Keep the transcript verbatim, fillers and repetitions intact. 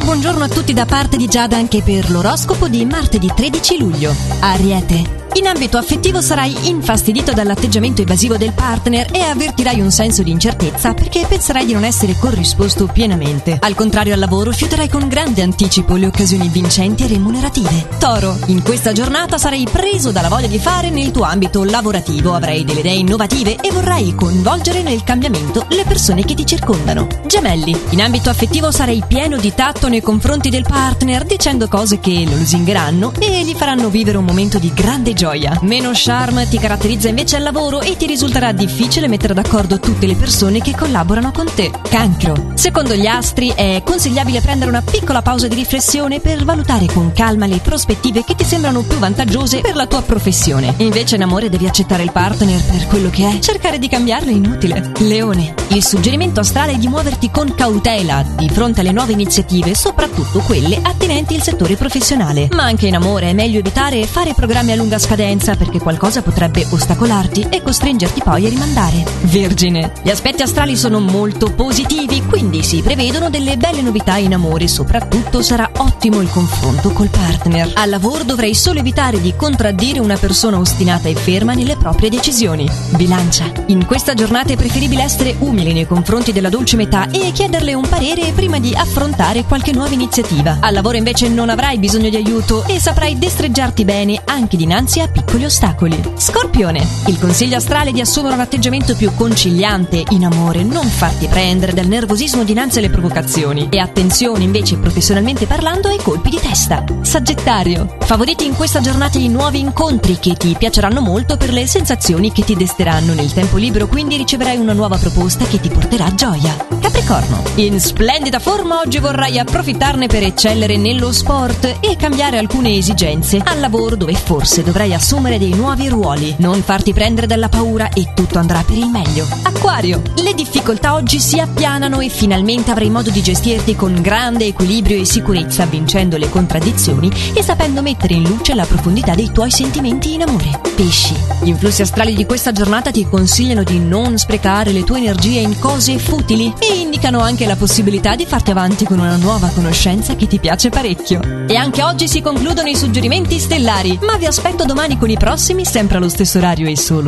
buongiorno a tutti da parte di Giada anche per l'oroscopo di martedì tredici luglio. Ariete. In ambito affettivo sarai infastidito dall'atteggiamento evasivo del partner e avvertirai un senso di incertezza perché penserai di non essere corrisposto pienamente. Al contrario, al lavoro fiuterai con grande anticipo le occasioni vincenti e remunerative. Toro. In questa giornata sarai preso dalla voglia di fare nel tuo ambito lavorativo, avrai delle idee innovative e vorrai coinvolgere nel cambiamento le persone che ti circondano. Gemelli. In ambito affettivo sarai pieno di tatto nei confronti del partner, dicendo cose che lo lusingheranno e gli faranno vivere un momento di grande gioia. Meno charme ti caratterizza invece al lavoro e ti risulterà difficile mettere d'accordo tutte le persone che collaborano con te. Cancro. Secondo gli astri è consigliabile prendere una piccola pausa di riflessione per valutare con calma le prospettive che ti sembrano più vantaggiose per la tua professione. Invece in amore devi accettare il partner per quello che è, cercare di cambiarlo è inutile. Leone. Il suggerimento astrale è di muoverti con cautela di fronte alle nuove iniziative, soprattutto quelle attinenti al settore professionale. Ma anche in amore è meglio evitare fare programmi a lunga scadenza perché qualcosa potrebbe ostacolarti e costringerti poi a rimandare. Vergine. Gli aspetti astrali sono molto positivi, quindi si prevedono delle belle novità in amore, soprattutto sarà ottimo il confronto col partner. Al lavoro dovrai solo evitare di contraddire una persona ostinata e ferma nelle proprie decisioni. Bilancia. In questa giornata è preferibile essere umili nei confronti della dolce metà e chiederle un parere prima di affrontare qualche nuova iniziativa. Al lavoro invece non avrai bisogno di aiuto e saprai destreggiarti bene anche dinanzi a piccoli ostacoli. Scorpione. Il consiglio astrale è di assumere un atteggiamento più conciliante in amore, non farti prendere dal nervosismo dinanzi alle provocazioni e attenzione invece professionalmente parlando ai colpi di testa. Sagittario. Favoriti in questa giornata i nuovi incontri che ti piaceranno molto per le sensazioni che ti desteranno nel tempo libero, quindi riceverai una nuova proposta che ti porterà gioia. Capricorno. In splendida forma oggi vorrai approfittarne per eccellere nello sport e cambiare alcune esigenze al lavoro dove forse dovrai assumere dei nuovi ruoli. Non farti prendere dalla paura e tutto andrà per il meglio. Acquario. Le difficoltà oggi si appianano e finalmente avrai modo di gestirti con grande equilibrio e sicurezza, vincendo le contraddizioni e sapendo mettere in luce la profondità dei tuoi sentimenti in amore. Pesci. Gli influssi astrali di questa giornata ti consigliano di non sprecare le tue energie in cose futili e indicano anche la possibilità di farti avanti con una nuova conoscenza che ti piace parecchio. E anche oggi si concludono i suggerimenti stellari, ma vi aspetto domani con i prossimi, sempre allo stesso orario e solo